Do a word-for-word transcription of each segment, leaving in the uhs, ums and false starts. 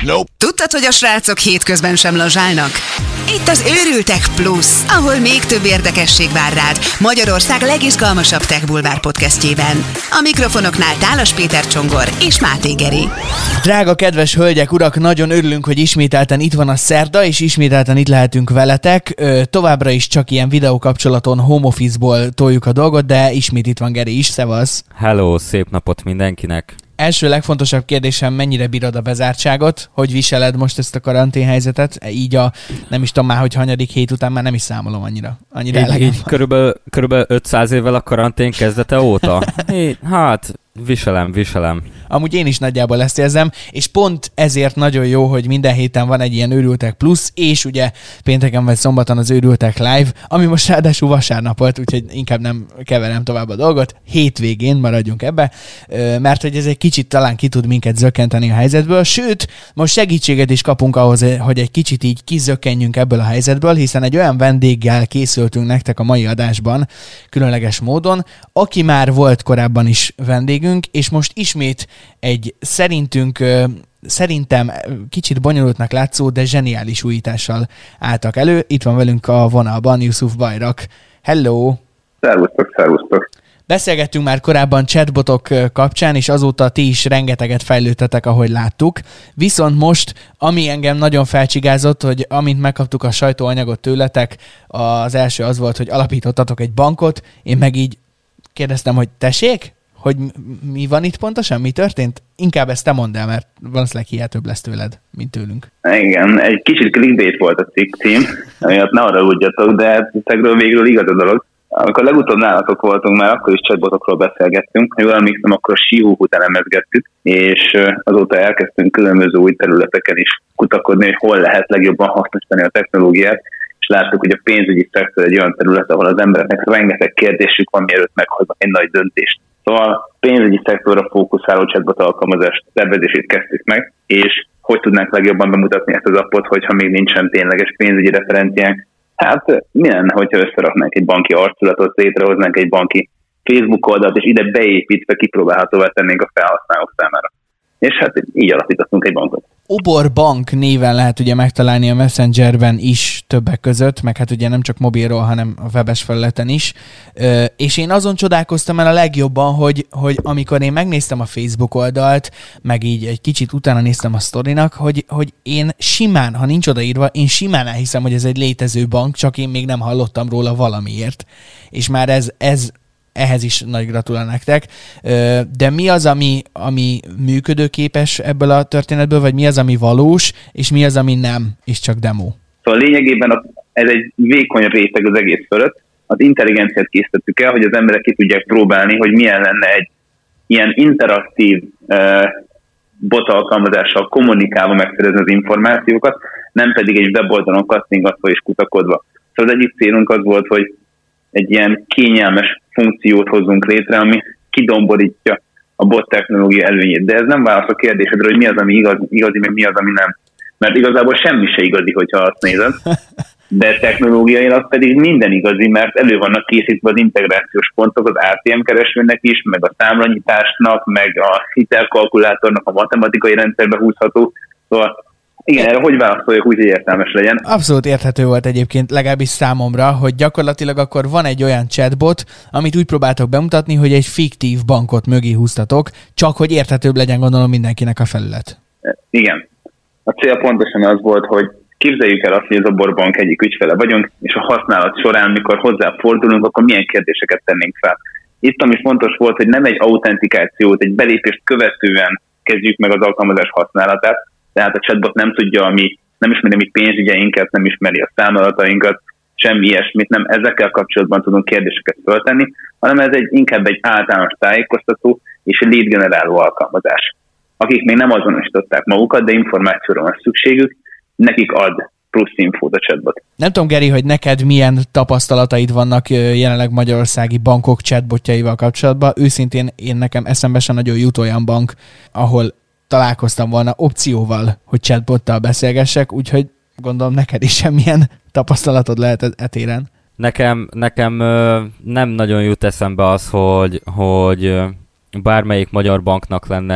Nope. Tudtad, hogy a srácok hétközben sem lazsálnak? Itt az Őrültek Plus, ahol még több érdekesség vár rád Magyarország legizgalmasabb Tech Bulvár podcastjében. A mikrofonoknál Tálas Péter Csongor és Máté Geri. Drága kedves hölgyek, urak, nagyon örülünk, hogy ismételten itt van a szerda, és ismételten itt lehetünk veletek. Továbbra is csak ilyen videókapcsolaton, home office-ból toljuk a dolgot, de ismét itt van Geri is, szevasz! Hello, szép napot mindenkinek! Első legfontosabb kérdésem, mennyire bírod a bezártságot? Hogy viseled most ezt a karanténhelyzetet? Így a, nem is tudom már, hogy hanyadik hét után már nem is számolom annyira. annyira így így körülbelül, körülbelül ötszáz évvel a karantén kezdete óta? Így, hát, viselem, viselem. Amúgy én is nagyjából ezt érzem, és pont ezért nagyon jó, hogy minden héten van egy ilyen Őrültek Plusz, és ugye pénteken vagy szombaton az Őrültek Live, ami most ráadásul vasárnap volt, úgyhogy inkább nem keverem tovább a dolgot. Hétvégén maradjunk ebbe, mert hogy ez egy kicsit talán ki tud minket zökkenteni a helyzetből, sőt, most segítséget is kapunk ahhoz, hogy egy kicsit így kizökkenjünk ebből a helyzetből, hiszen egy olyan vendéggel készültünk nektek a mai adásban, különleges módon, aki már volt korábban is vendégünk, és most ismét egy szerintünk, szerintem kicsit bonyolultnak látszó, de zseniális újítással álltak elő. Itt van velünk a vonalban Yusuf Bajrak. Hello! Szervusztok, szervusztok! Beszélgettünk már korábban chatbotok kapcsán, és azóta ti is rengeteget fejlődtetek, ahogy láttuk. Viszont most, ami engem nagyon felcsigázott, hogy amint megkaptuk a sajtóanyagot tőletek, az első az volt, hogy alapítottatok egy bankot, én meg így kérdeztem, hogy tessék? Hogy mi van itt pontosan? Mi történt? Inkább ezt te mondd el, mert valószínűleg hihetőbb lesz tőled, mint tőlünk. Igen, egy kicsit clickbait volt a cikk cím, amiatt ne arra úgyjatok, de tegről végül igaz a dolog. Amikor legutóbb nálatok voltunk, már akkor is chatbotokról beszélgettünk, ha jól emlékszem, akkor a síhúhút elemezgettük, és azóta elkezdtünk különböző új területeken is kutakodni, hogy hol lehet legjobban hasznosítani a technológiát, és láttuk, hogy a pénzügyi szektor egy olyan terület, ahol az embereknek rengeteg kérdésük van, mielőtt meghoznak egy nagy döntést. Szóval a pénzügyi szektorra fókuszáló chatbot alkalmazás tervezését kezdtük meg, és hogy tudnánk legjobban bemutatni ezt az appot, hogyha még nincsen tényleges pénzügyi referenciánk. Hát mi lenne, hogyha összeraknánk egy banki arculatot, létrehoznánk egy banki Facebook oldalt, és ide beépítve kipróbálhatóvá tennénk a felhasználók számára. És hát így alapítottunk egy bankot. Obor Bank néven lehet ugye megtalálni a Messengerben is többek között, meg hát ugye nem csak mobilról, hanem a webes felületen is. Ö, és én azon csodálkoztam el a legjobban, hogy, hogy amikor én megnéztem a Facebook oldalt, meg így egy kicsit utána néztem a sztorinak, hogy, hogy én simán, ha nincs odaírva, én simán elhiszem, hogy ez egy létező bank, csak én még nem hallottam róla valamiért. És már ez, ez ehhez is nagy gratulál nektek. De mi az, ami, ami működőképes ebből a történetből, vagy mi az, ami valós, és mi az, ami nem, és csak demo? Szóval lényegében ez egy vékony réteg az egész fölött. Az intelligenciát készítettük el, hogy az emberek ki tudják próbálni, hogy milyen lenne egy ilyen interaktív uh, bot alkalmazással kommunikálva megszerezni az információkat, nem pedig egy weboldalon kattingatva és kutakodva. Szóval az egyik célunk az volt, hogy egy ilyen kényelmes funkciót hozzunk létre, ami kidomborítja a bot technológia előnyét. De ez nem válasz a kérdésedre, hogy mi az, ami igaz, igazi, meg mi az, ami nem. Mert igazából semmi se igazi, hogyha azt nézed. De technológiailag pedig minden igazi, mert elő vannak készítve az integrációs pontok az á té em keresőnek is, meg a számlanyításnak, meg a hitelkalkulátornak a matematikai rendszerbe húzható. Szóval igen, erre hogy válaszoljak úgy, hogy értelmes legyen? Abszolút érthető volt egyébként, legalábbis számomra, hogy gyakorlatilag akkor van egy olyan chatbot, amit úgy próbáltok bemutatni, hogy egy fiktív bankot mögé húztatok, csak hogy érthetőbb legyen, gondolom, mindenkinek a felület. Igen. A cél pontosan az volt, hogy képzeljük el azt, hogy az Obor Bank egyik ügyfele vagyunk, és a használat során, mikor hozzáfordulunk, akkor milyen kérdéseket tennénk fel. Itt ami fontos volt, hogy nem egy autentikációt, egy belépést követően kezdjük meg az alkalmazás használatát, tehát a chatbot nem tudja, ami, nem ismeri a mi pénzügyeinket, nem ismeri a számolatainkat, semmi ilyesmit, nem ezekkel kapcsolatban tudunk kérdéseket föltenni, hanem ez egy, inkább egy általános tájékoztató és egy lead generáló alkalmazás. Akik még nem azonosították magukat, de információra van szükségük, nekik ad plusz infót a chatbot. Nem tudom, Geri, hogy neked milyen tapasztalataid vannak jelenleg magyarországi bankok chatbotjaival kapcsolatban. Őszintén én nekem eszembe sem nagyon jut olyan bank, ahol találkoztam volna opcióval, hogy chatbottal beszélgessek, úgyhogy gondolom neked is semmilyen tapasztalatod lehet e téren. Nekem, nekem nem nagyon jut eszembe az, hogy, hogy bármelyik magyar banknak lenne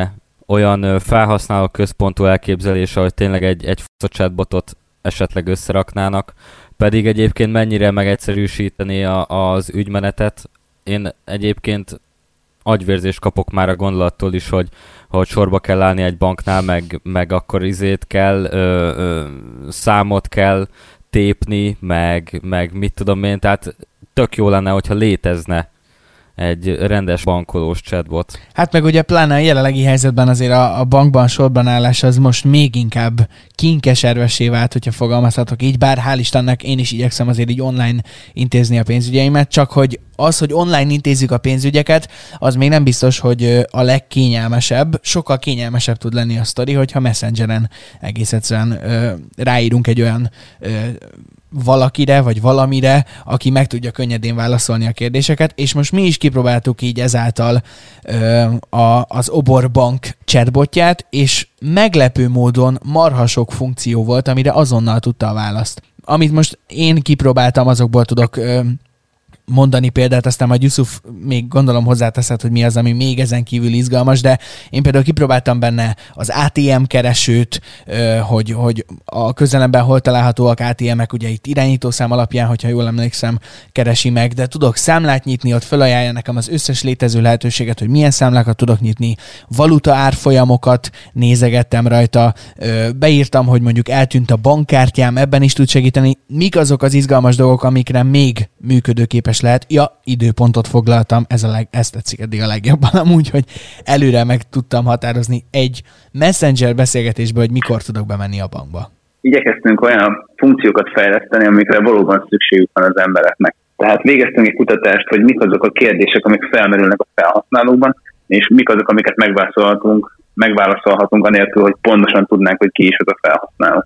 olyan felhasználó központú elképzelése, hogy tényleg egy, egy chatbotot esetleg összeraknának, pedig egyébként mennyire megegyszerűsíteni a, az ügymenetet. Én egyébként agyvérzést kapok már a gondolattól is, hogy, hogy sorba kell állni egy banknál, meg, meg akkor izét kell, ö, ö, számot kell tépni, meg, meg mit tudom én, tehát tök jó lenne, hogyha létezne egy rendes bankolós chatbot. Hát meg ugye pláne a jelenlegi helyzetben azért a, a bankban sorban állás az most még inkább kinkeservessé vált, hogyha fogalmazhatok így, bár hál' Istennek én is igyekszem azért így online intézni a pénzügyeimet, csak hogy az, hogy online intézzük a pénzügyeket, az még nem biztos, hogy a legkényelmesebb, sokkal kényelmesebb tud lenni a sztori, hogyha Messengeren egész egyszerűen ö, ráírunk egy olyan ö, valakire, vagy valamire, aki meg tudja könnyedén válaszolni a kérdéseket, és most mi is kipróbáltuk így ezáltal ö, a, az Obor Bank chatbotját, és meglepő módon marha sok funkció volt, amire azonnal tudta a választ. Amit most én kipróbáltam, azokból tudok ö, mondani példát, aztán majd Yusuf még gondolom hozzáteszed, hogy mi az, ami még ezen kívül izgalmas, de én például kipróbáltam benne az á té em keresőt, hogy, hogy a közelemben hol találhatóak á té emek, ugye itt irányítószám alapján, hogyha jól emlékszem, keresi meg, de tudok számlát nyitni, ott felajánlja nekem az összes létező lehetőséget, hogy milyen számlákat tudok nyitni, valuta árfolyamokat nézegettem rajta, beírtam, hogy mondjuk eltűnt a bankkártyám, ebben is tud segíteni. Mik azok az izgalmas dolgok, amikre még működőképes lehet. Ja, időpontot foglaltam, ez a leg, ezt tetszik eddig a legjobban amúgy, hogy előre meg tudtam határozni egy Messenger beszélgetésből, hogy mikor tudok bemenni a bankba. Igyekeztünk olyan funkciókat fejleszteni, amikre valóban szükségük van az embereknek. Tehát végeztünk egy kutatást, hogy mik azok a kérdések, amik felmerülnek a felhasználókban, és mik azok, amiket megválaszolhatunk, megválaszolhatunk anélkül, hogy pontosan tudnánk, hogy ki is az a felhasználó.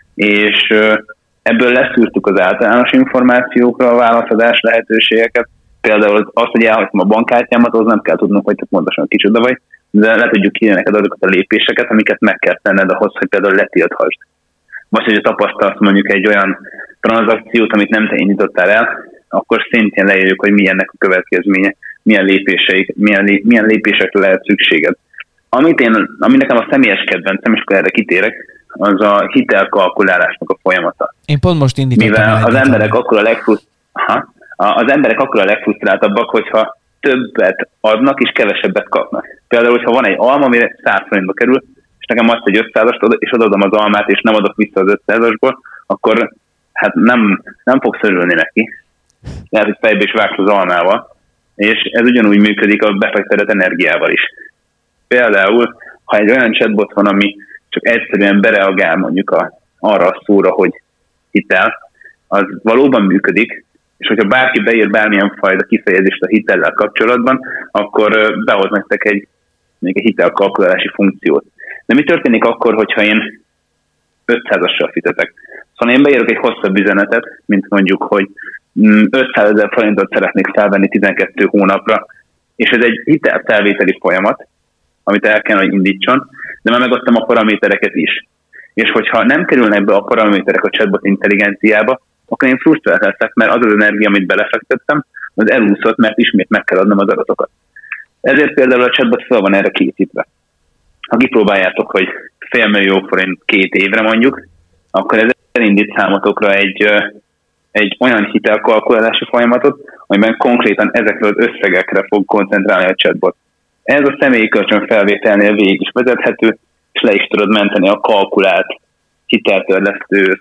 És ebből leszűrtük az általános információkra a válaszadás lehetőségeket. Például azt, hogy elhagytam a bankkártyámat, az nem kell tudnunk, hogy te pontosan kicsoda vagy, de le tudjuk írni neked azokat a lépéseket, amiket meg kell tenned ahhoz, hogy például letilthasd. Vagy hogy tapasztalsz mondjuk egy olyan tranzakciót, amit nem te indítottál el, akkor szintén leírjuk, hogy milyennek a következménye, milyen lépéseik, milyen, lé, milyen lépésekre lehet szükséged. Amit én, ami nekem a személyes kedvencem, és akkor erre kitérek, az a hitelkalkulálásnak a folyamata. Én pont most indítottam. Mivel az emberek akkor a legfruszt... Aha. Az emberek akkor a legfrusztráltabbak, hogyha többet adnak és kevesebbet kapnak. Például, hogyha van egy alma, amire száz forintba kerül, és nekem azt egy ötszázast, és odadom az almát, és nem adok vissza az ötszázasból, akkor hát nem, nem fogsz örülni neki. Lehet, hogy fejbe is vágsz az almával, és ez ugyanúgy működik a befektetett energiával is. Például, ha egy olyan chatbot van, ami csak egyszerűen bereagál mondjuk a, arra a szóra, hogy hitel, az valóban működik, és hogyha bárki beír bármilyen fajta kifejezést a hitellel kapcsolatban, akkor behoz nektek egy, egy hitelkalkulálási funkciót. De mi történik akkor, hogyha én ötszázassal fizetek? Szóval én beírok egy hosszabb üzenetet, mint mondjuk, hogy ötszázezer forintot szeretnék felvenni tizenkét hónapra, és ez egy hitelfelvételi folyamat, amit el kell, hogy indítson, de már megadtam a paramétereket is. És hogyha nem kerülnek be a paraméterek a chatbot intelligenciába, akkor én frusztrált leszek, mert az az energia, amit belefektettem, az elúszott, mert ismét meg kell adnom az adatokat. Ezért például a chatbot fel van erre készítve. Ha kipróbáljátok, hogy félmillió forint két évre mondjuk, akkor ez elindít számotokra egy, egy olyan hitelkalkulálási folyamatot, amiben konkrétan ezekre az összegekre fog koncentrálni a chatbot. Ez a személyi kölcsön felvételnél végig is vezethető, és le is tudod menteni a kalkulált hiteltörlesztő,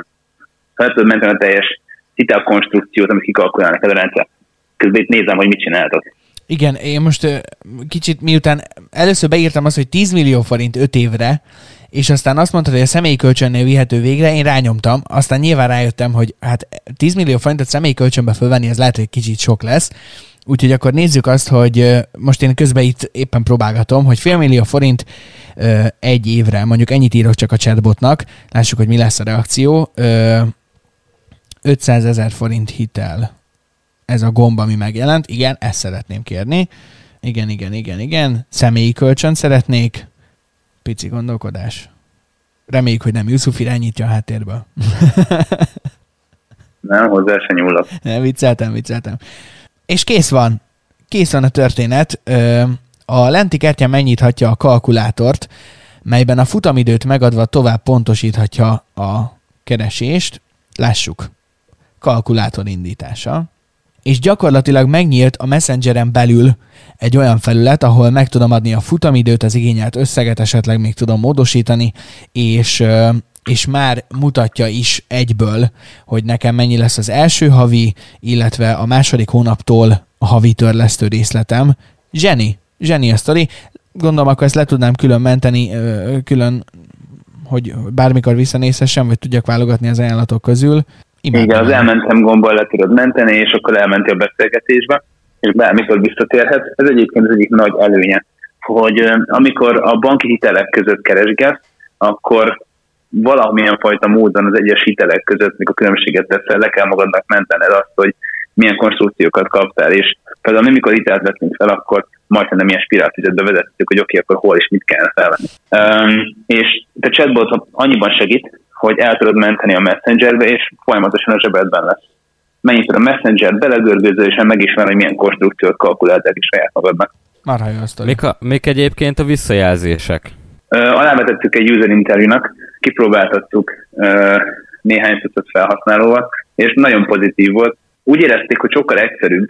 le tudod menteni a teljes hitelkonstrukciót, amit kikalkulálnak ez a rendszer. Közben itt nézem, hogy mit csináltok. Igen, én most kicsit miután először beírtam azt, hogy tíz millió forint öt évre, és aztán azt mondtad, hogy a személyi kölcsönnél vihető végre, én rányomtam, aztán nyilván rájöttem, hogy hát tíz millió forintot személyi kölcsönbe fölvenni, ez lehet, hogy kicsit sok lesz. Úgyhogy akkor nézzük azt, hogy most én közben itt éppen próbálgatom, hogy fél millió forint egy évre, mondjuk ennyit írok csak a chatbotnak, lássuk, hogy mi lesz a reakció. ötszázezer forint hitel. Ez a gomb, ami megjelent. Igen, ezt szeretném kérni. Igen, igen, igen, igen. Személyi kölcsön szeretnék. Pici gondolkodás. Reméljük, hogy nem Yusuf irányítja a háttérből. Nem, hozzá se nyúlok. Nem, vicceltem, vicceltem. És kész van. Kész van a történet. A lenti kertjen megnyithatja a kalkulátort, melyben a futamidőt megadva tovább pontosíthatja a keresést. Lássuk. Kalkulátor indítása. És gyakorlatilag megnyílt a Messengeren belül egy olyan felület, ahol meg tudom adni a futamidőt, az igényelt összeget, esetleg még tudom módosítani, és, és már mutatja is egyből, hogy nekem mennyi lesz az első havi, illetve a második hónaptól a havi törlesztő részletem. Zseni, zseni a sztori. Gondolom, akkor ezt le tudnám külön menteni, külön, hogy bármikor visszanézhessem, vagy tudjak válogatni az ajánlatok közül. Imádom. Igen, az elmentem gombbal le tudod menteni, és akkor elmenti a beszélgetésbe, és bármikor visszatérhet. Ez egyébként az egyik nagy előnye, hogy amikor a banki hitelek között keresgélsz, akkor valamilyen fajta módon az egyes hitelek között, mikor különbséget teszel, le kell magadnak mentened azt, hogy milyen konstrukciókat kaptál, és például mi, mikor hitelt vettünk fel, akkor majdnem ilyen spirálfizetbe vezettük, hogy oké, okay, akkor hol és mit kell felvenni. Um, és a chatbot annyiban segít, hogy el tudod menteni a Messengerbe, és folyamatosan a zsebedben lesz. Mennyit a Messenger belegörgőző, és megismer, hogy milyen konstrukciót kalkulálták is saját magadnak. Marha jó sztori. Mik, a, mik egyébként a visszajelzések? Uh, alávetettük egy user interjúnak, kipróbáltattuk uh, néhány tucat felhasználóval, és nagyon pozitív volt. Úgy érezték, hogy sokkal egyszerűbb,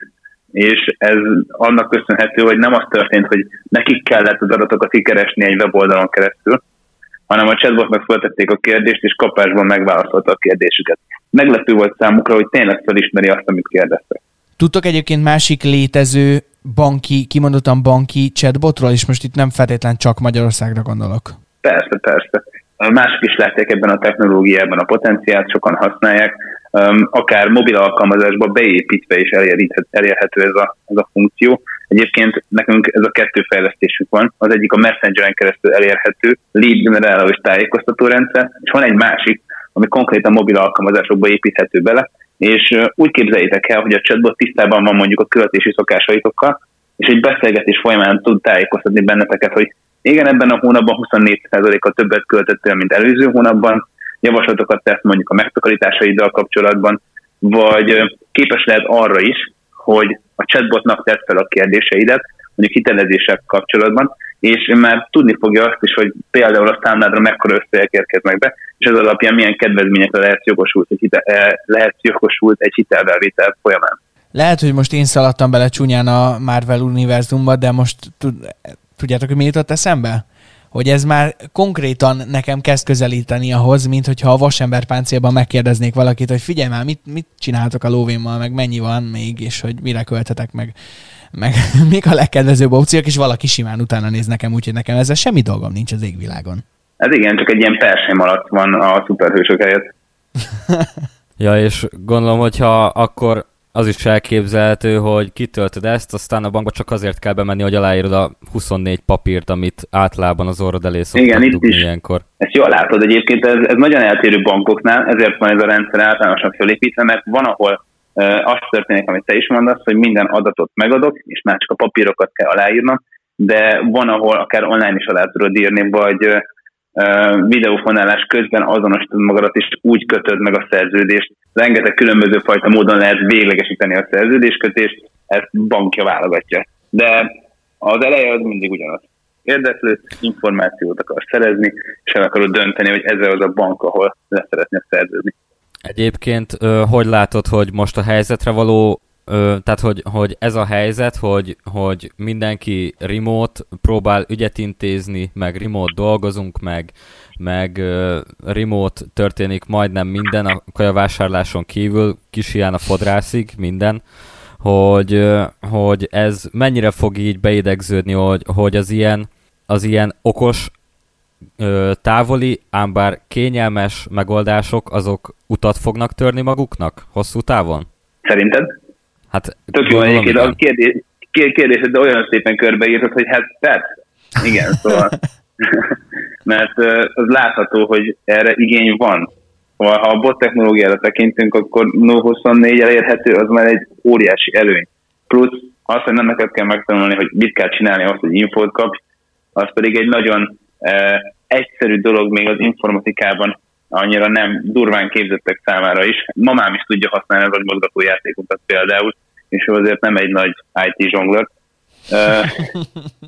és ez annak köszönhető, hogy nem az történt, hogy nekik kellett az adatokat kikeresni egy weboldalon keresztül, hanem a chatbotnak feltették a kérdést, és kapásban megválaszolta a kérdésüket. Meglepő volt számukra, hogy tényleg felismeri azt, amit kérdeztek. Tudtok egyébként másik létező banki, kimondottan banki chatbotról, és most itt nem feltétlen csak Magyarországra gondolok. Persze, persze. Mások is látják ebben a technológiában a potenciált, sokan használják. Akár mobil alkalmazásba beépítve is elérhető ez a, ez a funkció. Egyébként nekünk ez a kettő fejlesztésünk van. Az egyik a Messengeren keresztül elérhető lead generáló és tájékoztató rendszer, és van egy másik, ami konkrétan mobil alkalmazásokba építhető bele, és úgy képzeljétek el, hogy a chatbot tisztában van mondjuk a költési szokásaitokkal, és egy beszélgetés folyamán tud tájékoztatni benneteket, hogy igen, ebben a hónapban huszonnégy százalékkal többet költöttél, mint előző hónapban, javaslatokat tesz mondjuk a megtakarításaiddal kapcsolatban, vagy képes lehet arra is, hogy a chatbotnak tett fel a kérdéseidet, mondjuk hitelezések kapcsolatban, és már tudni fogja azt is, hogy például a számládra mekkora összegek érkeznek be, és ez alapján milyen kedvezményekre lehet jogosult egy, hitel, lehet jogosult egy hitelfelvétel folyamán. Lehet, hogy most én szaladtam bele csúnyán a Marvel univerzumba, de most tudjátok, hogy mi jutott eszembe? Hogy ez már konkrétan nekem kezd közelíteni ahhoz, mint hogyha a vasember páncélban megkérdeznék valakit, hogy figyelj már, mit, mit csináltok a lóvémmal, meg mennyi van még, és hogy mire költetek, meg, meg mik a legkedvezőbb opciók, és valaki simán utána néz nekem, úgyhogy nekem ezzel semmi dolgom nincs az égvilágon. Ez igen, csak egy ilyen persém alatt van a szuperhősök helyett. Ja, és gondolom, hogyha akkor az is elképzelhető, hogy kitöltöd ezt, aztán a bankba csak azért kell bemenni, hogy aláírod a huszonnégy papírt, amit általában az orrod elé szoktak dugni ilyenkor. Ezt jól látod egyébként, ez, ez nagyon eltérő bankoknál, ezért van ez a rendszer általánosan felépítve, mert van, ahol e, az történik, amit te is mondasz, hogy minden adatot megadok, és már csak a papírokat kell aláírnom, de van, ahol akár online is alá tudod írni, vagy e, videófonálás közben azonosítod magadat, és úgy kötöd meg a szerződést. Rengeteg különböző fajta módon lehet véglegesíteni a szerződéskötést, ezt bankja válogatja. De az eleje az mindig ugyanaz. Érdeklődsz, információt akarsz szerezni, és el akarod dönteni, hogy ez az a bank, ahol le szeretnél szerződni. Egyébként, hogy látod, hogy most a helyzetre való, tehát hogy, hogy ez a helyzet, hogy, hogy mindenki remote próbál ügyet intézni, meg remote dolgozunk, meg, meg remote történik majdnem minden a kajavásárláson kívül, kis ilyen a fodrászig, minden, hogy, hogy ez mennyire fog így beidegződni, hogy, hogy az ilyen, az ilyen okos, távoli, ám bár kényelmes megoldások, azok utat fognak törni maguknak hosszú távon? Szerinted? Hát, tök jó egyébként, a kérdés, kérdésed, de olyan szépen körbeírtad, hogy hát persze, igen, szóval, mert az látható, hogy erre igény van. Szóval, ha a bot technológiára tekintünk, akkor no huszonnégy elérhető, az már egy óriási előny. Plusz azt, hogy nem neked kell megtanulni, hogy mit kell csinálni ahhoz, hogy infót kapj, az pedig egy nagyon eh, egyszerű dolog még az informatikában, annyira nem durván képzettek számára is. Mamám is tudja használni az agymozgató játékokat például, és ő azért nem egy nagy i té zsonglőr.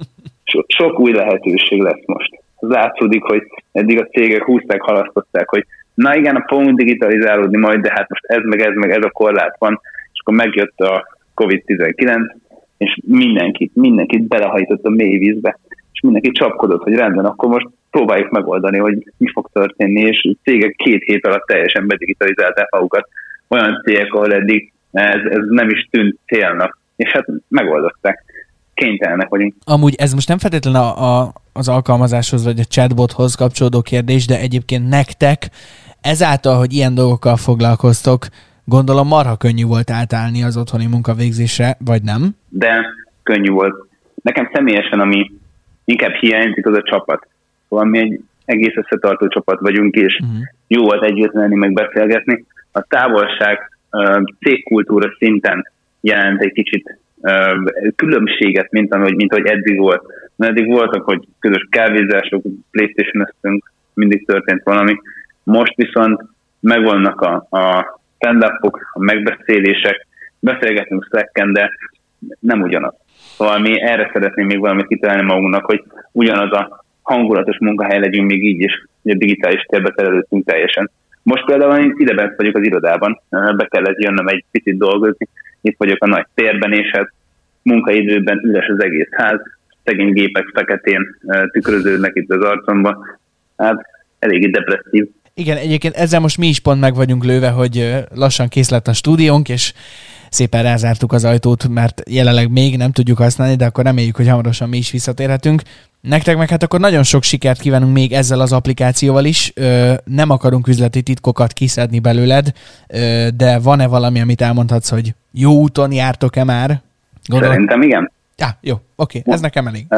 so- sok új lehetőség lesz most. Az látszódik, hogy eddig a cégek húzták, halasztották, hogy na igen, fogunk digitalizálódni majd, de hát most ez meg ez meg ez a korlát van, és akkor megjött a kovid tizenkilenc, és mindenkit, mindenkit belehajtott a mély vízbe, és mindenki csapkodott, hogy rendben, akkor most próbáljuk megoldani, hogy mi fog történni, és cégek két hét alatt teljesen bedigitalizálták magukat. Olyan cégek, ahol eddig ez, ez nem is tűnt célnak, és hát megoldották. Kénytelenek vagyunk. Amúgy ez most nem feltétlenül a, a, az alkalmazáshoz vagy a chatbothoz kapcsolódó kérdés, de egyébként nektek ezáltal, hogy ilyen dolgokkal foglalkoztok, gondolom marha könnyű volt átállni az otthoni munkavégzésre, vagy nem? De könnyű volt. Nekem személyesen, ami inkább hiányzik, az a csapat. Szóval mi egy egész összetartó csapat vagyunk, és uh-huh. jó volt együtt lenni, meg beszélgetni. A távolság cégkultúra szinten jelent egy kicsit különbséget, mint ahogy, mint ahogy eddig volt. Mert eddig voltak, hogy közös kávézások, PlayStation-öztünk, mindig történt valami. Most viszont megvannak a, a stand-upok, a megbeszélések, beszélgetünk Slacken, de nem ugyanaz. Szóval mi erre szeretném még valamit kitalálni magunknak, hogy ugyanaz a hangulatos munkahely legyünk még így is, hogy a digitális térbe terelődtünk teljesen. Most például én ide bent vagyok az irodában, be kellett jönnöm egy picit dolgozni, itt vagyok a nagy térben, és hát munkaidőben üres az egész ház, szegény gépek feketén tükröződnek itt az arcomba, hát eléggé depresszív. Igen, egyébként ezzel most mi is pont meg vagyunk lőve, hogy lassan kész lett a stúdiónk, és szépen rázártuk az ajtót, mert jelenleg még nem tudjuk használni, de akkor reméljük, hogy hamarosan mi is visszatérhetünk. Nektek meg hát akkor nagyon sok sikert kívánunk még ezzel az applikációval is. Ö, nem akarunk üzleti titkokat kiszedni belőled, ö, de van-e valami, amit elmondhatsz, hogy jó úton jártok-e már? Gondolom. Szerintem igen. Ja, jó, oké, okay, ez nekem elég.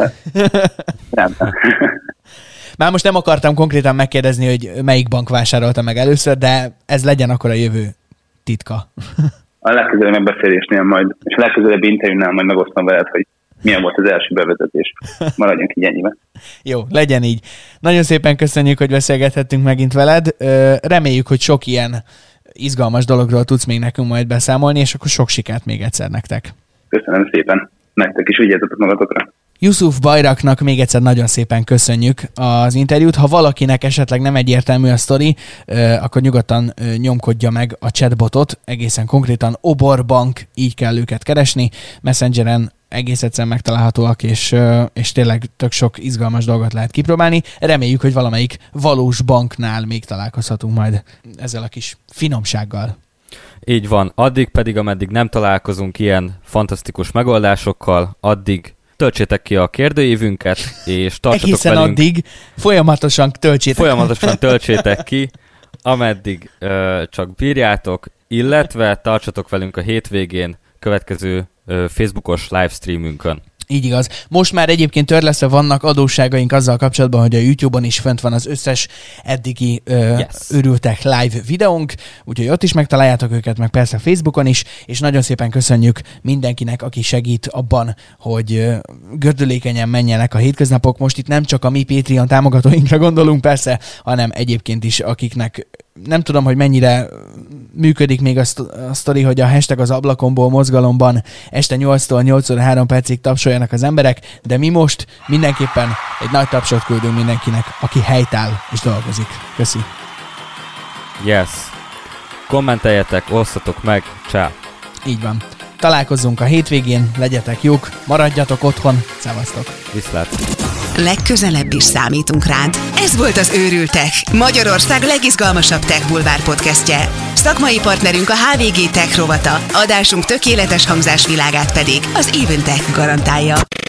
Nem. Már most nem akartam konkrétan megkérdezni, hogy melyik bank vásárolta meg először, de ez legyen akkor a jövő titka. A legközelebbi megbeszélésnél majd, és a legközelebbi interjúnál majd megosztom veled, hogy milyen volt az első bevezetés. Maradjunk így ennyiben. Jó, legyen így. Nagyon szépen köszönjük, hogy beszélgethettünk megint veled. Reméljük, hogy sok ilyen izgalmas dologról tudsz még nekünk majd beszámolni, és akkor sok sikert még egyszer nektek. Köszönöm szépen. Nektek is vigyázzatok magatokra. Yusuf Bajraknak még egyszer nagyon szépen köszönjük az interjút. Ha valakinek esetleg nem egyértelmű a sztori, akkor nyugodtan nyomkodja meg a chatbotot, egészen konkrétan Oborbank, így kell őket keresni. Messengeren egész egyszer megtalálhatóak, és, és tényleg tök sok izgalmas dolgot lehet kipróbálni. Reméljük, hogy valamelyik valós banknál még találkozhatunk majd ezzel a kis finomsággal. Így van. Addig pedig, ameddig nem találkozunk ilyen fantasztikus megoldásokkal, addig töltsétek ki a kérdőívünket, és tartsatok egészen velünk. addig folyamatosan töltsétek. Folyamatosan töltsétek ki, ameddig ö, csak bírjátok, illetve tartsatok velünk a hétvégén következő ö, Facebookos livestreamünkön. Így igaz. Most már egyébként törlesztve vannak adósságaink azzal kapcsolatban, hogy a YouTube-on is fönt van az összes eddigi ö, yes. őrültek live videónk, úgyhogy ott is megtaláljátok őket, meg persze Facebookon is, és nagyon szépen köszönjük mindenkinek, aki segít abban, hogy ö, gördülékenyen menjenek a hétköznapok. Most itt nem csak a mi Patreon támogatóinkra gondolunk persze, hanem egyébként is, akiknek nem tudom, hogy mennyire működik még a, szt- a sztori, hogy a hashtag az ablakomból mozgalomban este nyolctól nyolc óra három percig tapsoljanak az emberek, de mi most mindenképpen egy nagy tapsot küldünk mindenkinek, aki helytáll és dolgozik. Köszi. Yes. Kommenteljetek, osszatok meg. Ciao. Így van. Találkozzunk a hétvégén, legyetek jók, maradjatok otthon, szevasztok. Viszlát. Legközelebb is számítunk rád. Ez volt az Őrültek, Magyarország legizgalmasabb tech bulvár podcastje. Szakmai partnerünk a há vé gé Tech rovata, adásunk tökéletes hangzásvilágát pedig az Even Tech garantálja.